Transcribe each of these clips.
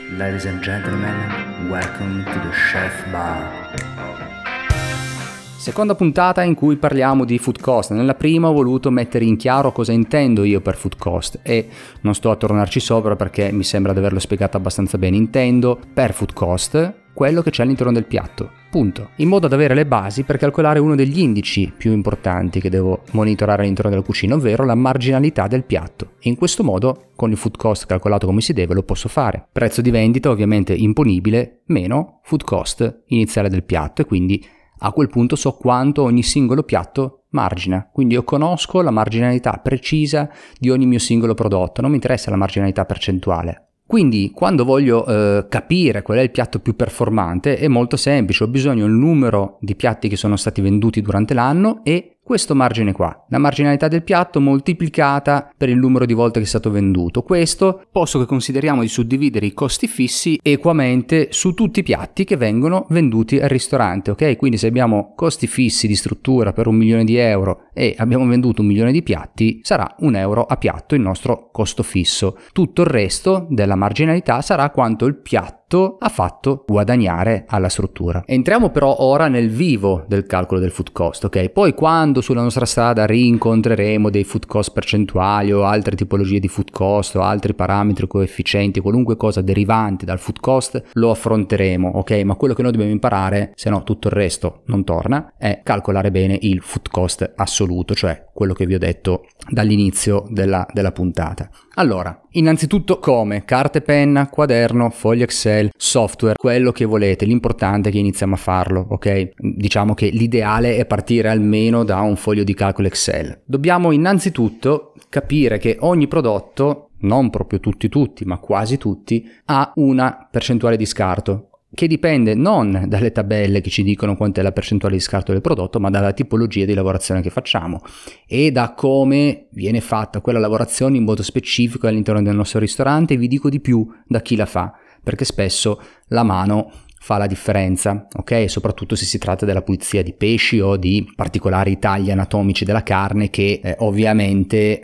Ladies and gentlemen, welcome to the Chef Bar. Seconda puntata in cui parliamo di food cost. Nella prima ho voluto mettere in chiaro cosa intendo io per food cost e non sto a tornarci sopra perché mi sembra di averlo spiegato abbastanza bene. Intendo per food cost quello che c'è all'interno del piatto, punto, in modo da avere le basi per calcolare uno degli indici più importanti che devo monitorare all'interno della cucina, ovvero la marginalità del piatto, e in questo modo con il food cost calcolato come si deve lo posso fare. Prezzo di vendita ovviamente imponibile meno food cost iniziale del piatto, e quindi a quel punto so quanto ogni singolo piatto margina, quindi io conosco la marginalità precisa di ogni mio singolo prodotto, non mi interessa la marginalità percentuale. Quindi quando voglio capire qual è il piatto più performante è molto semplice, ho bisogno del numero di piatti che sono stati venduti durante l'anno e questo margine qua, la marginalità del piatto moltiplicata per il numero di volte che è stato venduto. Questo posso che consideriamo di suddividere i costi fissi equamente su tutti i piatti che vengono venduti al ristorante, ok? Quindi se abbiamo costi fissi di struttura per 1 milione di euro e abbiamo venduto 1 milione di piatti, sarà 1 euro a piatto il nostro costo fisso. Tutto il resto della marginalità sarà quanto il piatto ha fatto guadagnare alla struttura. Entriamo però ora nel vivo del calcolo del food cost, ok? Poi quando sulla nostra strada rincontreremo dei food cost percentuali o altre tipologie di food cost o altri parametri, coefficienti, qualunque cosa derivante dal food cost, lo affronteremo, ok? Ma quello che noi dobbiamo imparare, se no tutto il resto non torna, è calcolare bene il food cost assoluto, cioè quello che vi ho detto dall'inizio della puntata. Allora, innanzitutto come? Carta e penna, quaderno, foglio Excel, software, quello che volete, l'importante è che iniziamo a farlo, ok? Diciamo che l'ideale è partire almeno da un foglio di calcolo Excel. Dobbiamo innanzitutto capire che ogni prodotto, non proprio tutti, ma quasi tutti, ha una percentuale di scarto, che dipende non dalle tabelle che ci dicono quant'è la percentuale di scarto del prodotto, ma dalla tipologia di lavorazione che facciamo e da come viene fatta quella lavorazione in modo specifico all'interno del nostro ristorante. E vi dico di più, da chi la fa, perché spesso la mano fa la differenza, ok? Soprattutto se si tratta della pulizia di pesci o di particolari tagli anatomici della carne che ovviamente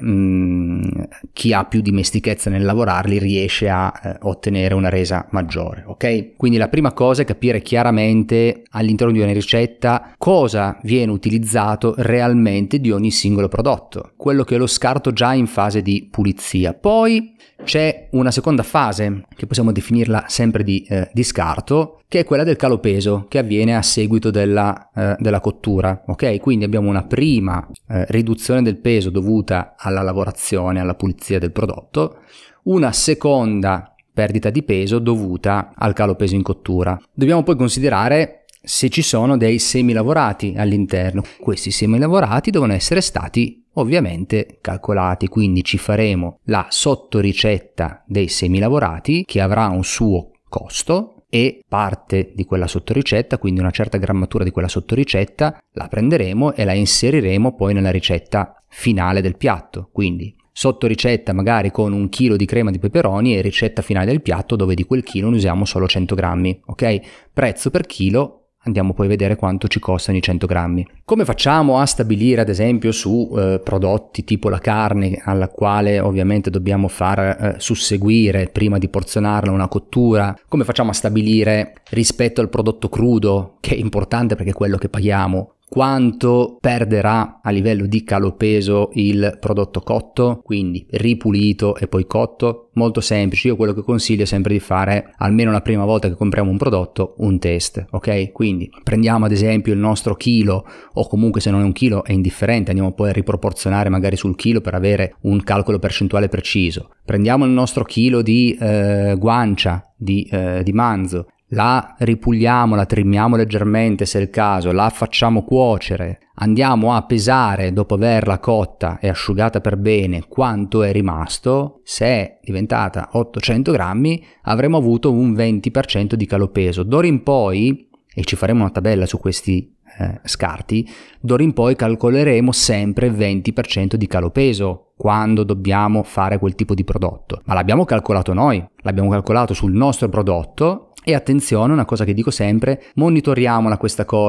chi ha più dimestichezza nel lavorarli riesce a ottenere una resa maggiore, ok? Quindi la prima cosa è capire chiaramente all'interno di una ricetta cosa viene utilizzato realmente di ogni singolo prodotto, quello che è lo scarto già in fase di pulizia. Poi c'è una seconda fase che possiamo definirla sempre di scarto, che è quella del calo peso che avviene a seguito della cottura, ok? Quindi abbiamo una prima riduzione del peso dovuta alla lavorazione, alla pulizia del prodotto, una seconda perdita di peso dovuta al calo peso in cottura. Dobbiamo poi considerare se ci sono dei semilavorati all'interno. Questi semilavorati devono essere stati ovviamente calcolati, quindi ci faremo la sottoricetta dei semilavorati che avrà un suo costo e parte di quella sottoricetta, quindi una certa grammatura di quella sottoricetta, la prenderemo e la inseriremo poi nella ricetta finale del piatto. Quindi sottoricetta magari con 1 chilo di crema di peperoni e ricetta finale del piatto dove di quel chilo ne usiamo solo 100 grammi, ok? Prezzo per chilo. Andiamo poi a vedere quanto ci costano i 100 grammi. Come facciamo a stabilire ad esempio su prodotti tipo la carne, alla quale ovviamente dobbiamo far susseguire prima di porzionarla una cottura, come facciamo a stabilire rispetto al prodotto crudo, che è importante perché è quello che paghiamo, quanto perderà a livello di calo peso il prodotto cotto, quindi ripulito e poi cotto? Molto semplice, io quello che consiglio è sempre di fare almeno la prima volta che compriamo un prodotto un test, ok? Quindi prendiamo ad esempio il nostro chilo, o comunque se non è un chilo è indifferente, andiamo poi a riproporzionare magari sul chilo per avere un calcolo percentuale preciso. Prendiamo il nostro chilo di guancia di manzo, la ripuliamo, la trimmiamo leggermente se è il caso, la facciamo cuocere, andiamo a pesare dopo averla cotta e asciugata per bene quanto è rimasto. Se è diventata 800 grammi avremo avuto un 20% di calo peso. D'ora in poi, e ci faremo una tabella su questi scarti, d'ora in poi calcoleremo sempre 20% di calo peso quando dobbiamo fare quel tipo di prodotto, ma l'abbiamo calcolato noi, l'abbiamo calcolato sul nostro prodotto. E attenzione, una cosa che dico sempre, monitoriamola questa cosa,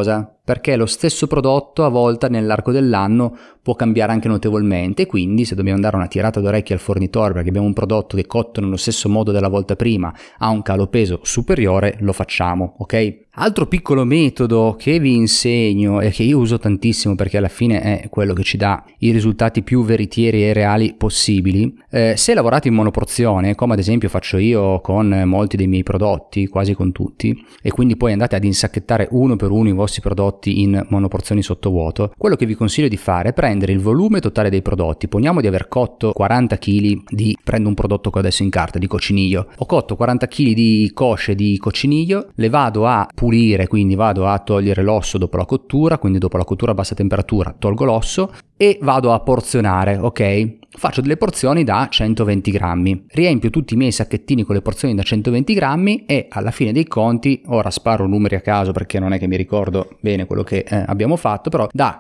perché lo stesso prodotto a volte nell'arco dell'anno può cambiare anche notevolmente, quindi se dobbiamo dare una tirata d'orecchio al fornitore perché abbiamo un prodotto che cotto nello stesso modo della volta prima ha un calo peso superiore, lo facciamo, ok? Altro piccolo metodo che vi insegno e che io uso tantissimo perché alla fine è quello che ci dà i risultati più veritieri e reali possibili. Se lavorate in monoporzione, come ad esempio faccio io con molti dei miei prodotti, quasi con tutti, e quindi poi andate ad insacchettare uno per uno i vostri prodotti in monoporzioni sottovuoto, quello che vi consiglio di fare è prendere il volume totale dei prodotti. Poniamo di aver cotto 40 kg prendo un prodotto che ho adesso in carta di coccinillo, ho cotto 40 kg di cosce di coccinillo, le vado a pulire, quindi vado a togliere l'osso dopo la cottura, quindi dopo la cottura a bassa temperatura tolgo l'osso e vado a porzionare, ok? Faccio delle porzioni da 120 grammi, riempio tutti i miei sacchettini con le porzioni da 120 grammi e alla fine dei conti, ora sparo numeri a caso perché non è che mi ricordo bene quello che abbiamo fatto, però da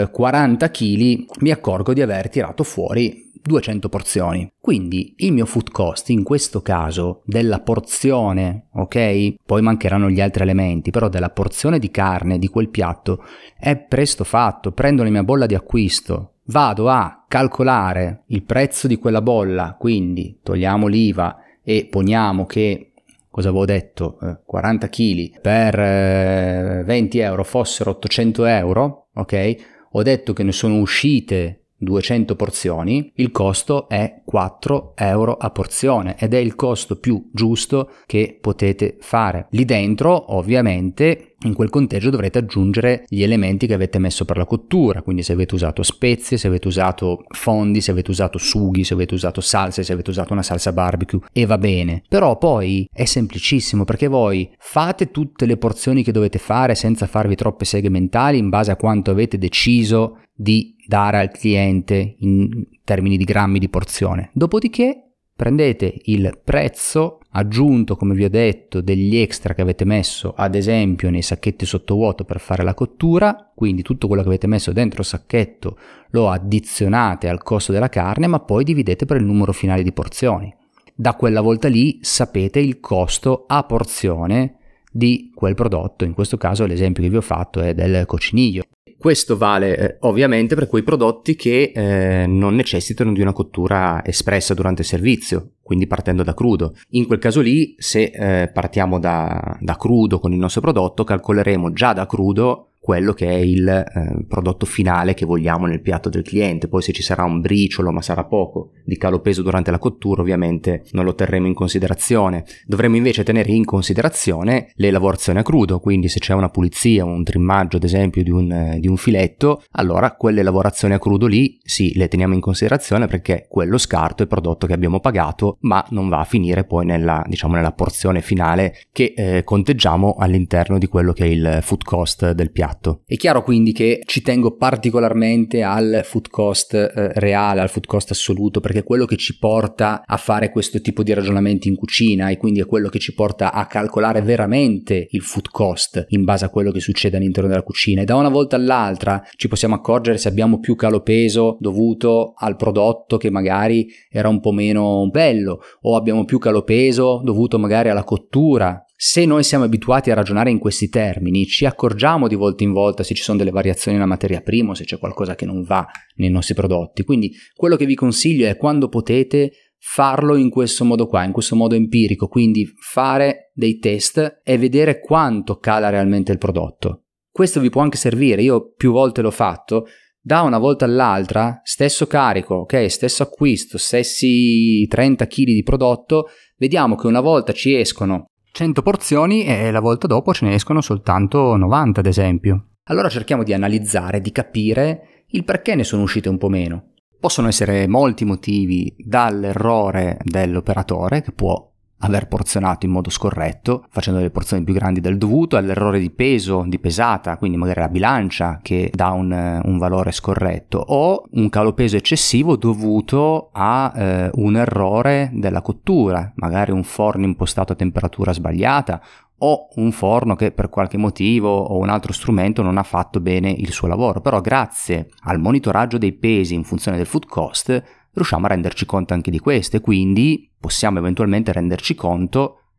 40 kg mi accorgo di aver tirato fuori 200 porzioni. Quindi il mio food cost in questo caso della porzione, ok? Poi mancheranno gli altri elementi, però della porzione di carne di quel piatto è presto fatto. Prendo la mia bolla di acquisto, vado a calcolare il prezzo di quella bolla, quindi togliamo l'IVA e poniamo che, cosa avevo detto, 40 kg per 20 euro fossero 800 euro, ok? Ho detto che ne sono uscite 200 porzioni, il costo è 4 euro a porzione ed è il costo più giusto che potete fare. Lì dentro ovviamente in quel conteggio dovrete aggiungere gli elementi che avete messo per la cottura, quindi se avete usato spezie, se avete usato fondi, se avete usato sughi, se avete usato salse, se avete usato una salsa barbecue, e va bene. Però poi è semplicissimo perché voi fate tutte le porzioni che dovete fare senza farvi troppe seghe mentali in base a quanto avete deciso di dare al cliente in termini di grammi di porzione. Dopodiché prendete il prezzo aggiunto, come vi ho detto, degli extra che avete messo ad esempio nei sacchetti sottovuoto per fare la cottura, quindi tutto quello che avete messo dentro il sacchetto lo addizionate al costo della carne, ma poi dividete per il numero finale di porzioni. Da quella volta lì sapete il costo a porzione di quel prodotto, in questo caso l'esempio che vi ho fatto è del coccinillo. Questo vale ovviamente per quei prodotti che non necessitano di una cottura espressa durante il servizio, quindi partendo da crudo. In quel caso lì, se partiamo da crudo con il nostro prodotto, calcoleremo già da crudo quello che è il prodotto finale che vogliamo nel piatto del cliente. Poi se ci sarà un briciolo, ma sarà poco, di calo peso durante la cottura, ovviamente non lo terremo in considerazione. Dovremo invece tenere in considerazione le lavorazioni a crudo, quindi se c'è una pulizia, un trimmaggio ad esempio di un filetto, allora quelle lavorazioni a crudo lì sì, le teniamo in considerazione perché quello scarto è prodotto che abbiamo pagato, ma non va a finire poi nella porzione finale che conteggiamo all'interno di quello che è il food cost del piatto. È chiaro quindi che ci tengo particolarmente al food cost reale, al food cost assoluto, perché è quello che ci porta a fare questo tipo di ragionamenti in cucina e quindi è quello che ci porta a calcolare veramente il food cost in base a quello che succede all'interno della cucina. E da una volta all'altra ci possiamo accorgere se abbiamo più calo peso dovuto al prodotto che magari era un po' meno bello, o abbiamo più calo peso dovuto magari alla cottura. Se noi siamo abituati a ragionare in questi termini, ci accorgiamo di volta in volta se ci sono delle variazioni nella materia prima o se c'è qualcosa che non va nei nostri prodotti. Quindi quello che vi consiglio è, quando potete, farlo in questo modo qua, in questo modo empirico, quindi fare dei test e vedere quanto cala realmente il prodotto. Questo vi può anche servire, io più volte l'ho fatto. Da una volta all'altra, stesso carico, ok, stesso acquisto, stessi 30 kg di prodotto, vediamo che una volta ci escono 100 porzioni e la volta dopo ce ne escono soltanto 90 ad esempio. Allora cerchiamo di analizzare, di capire il perché ne sono uscite un po' meno. Possono essere molti motivi, dall'errore dell'operatore che può aver porzionato in modo scorretto, facendo delle porzioni più grandi del dovuto, all'errore di peso, di pesata, quindi magari la bilancia che dà un valore scorretto, o un calo peso eccessivo dovuto a un errore della cottura, magari un forno impostato a temperatura sbagliata, o un forno che per qualche motivo o un altro strumento non ha fatto bene il suo lavoro. Però grazie al monitoraggio dei pesi in funzione del food cost riusciamo a renderci conto anche di questo e quindi possiamo eventualmente renderci conto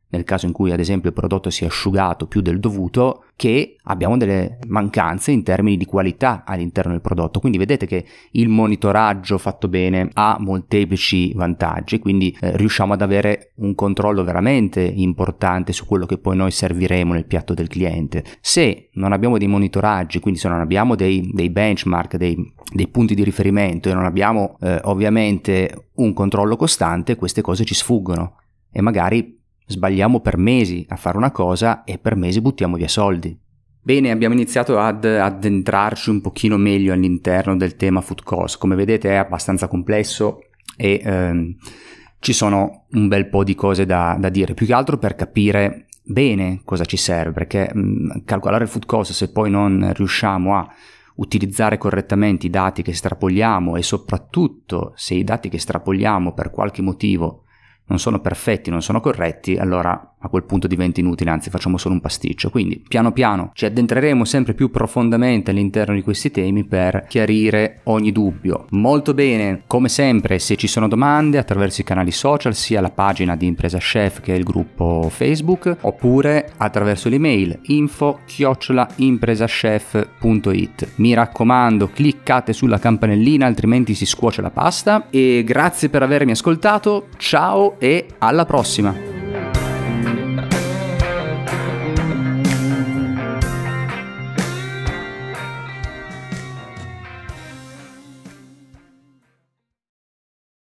nel caso in cui ad esempio il prodotto sia asciugato più del dovuto, che abbiamo delle mancanze in termini di qualità all'interno del prodotto. Quindi vedete che il monitoraggio fatto bene ha molteplici vantaggi, quindi riusciamo ad avere un controllo veramente importante su quello che poi noi serviremo nel piatto del cliente. Se non abbiamo dei monitoraggi, quindi se non abbiamo dei benchmark, dei punti di riferimento, e non abbiamo ovviamente un controllo costante, queste cose ci sfuggono e magari sbagliamo per mesi a fare una cosa e per mesi buttiamo via soldi. Bene, abbiamo iniziato ad addentrarci un pochino meglio all'interno del tema food cost. Come vedete è abbastanza complesso e ci sono un bel po' di cose da dire, più che altro per capire bene cosa ci serve, perché calcolare il food cost, se poi non riusciamo a utilizzare correttamente i dati che estrapoliamo, e soprattutto se i dati che estrapoliamo per qualche motivo non sono perfetti, non sono corretti, allora a quel punto diventa inutile, anzi facciamo solo un pasticcio. Quindi piano piano ci addentreremo sempre più profondamente all'interno di questi temi per chiarire ogni dubbio. Molto bene, come sempre, se ci sono domande attraverso i canali social, sia la pagina di Impresa Chef che il gruppo Facebook, oppure attraverso l'email info@impresachef.it. Mi raccomando, cliccate sulla campanellina, altrimenti si scuoce la pasta. E grazie per avermi ascoltato, ciao e alla prossima!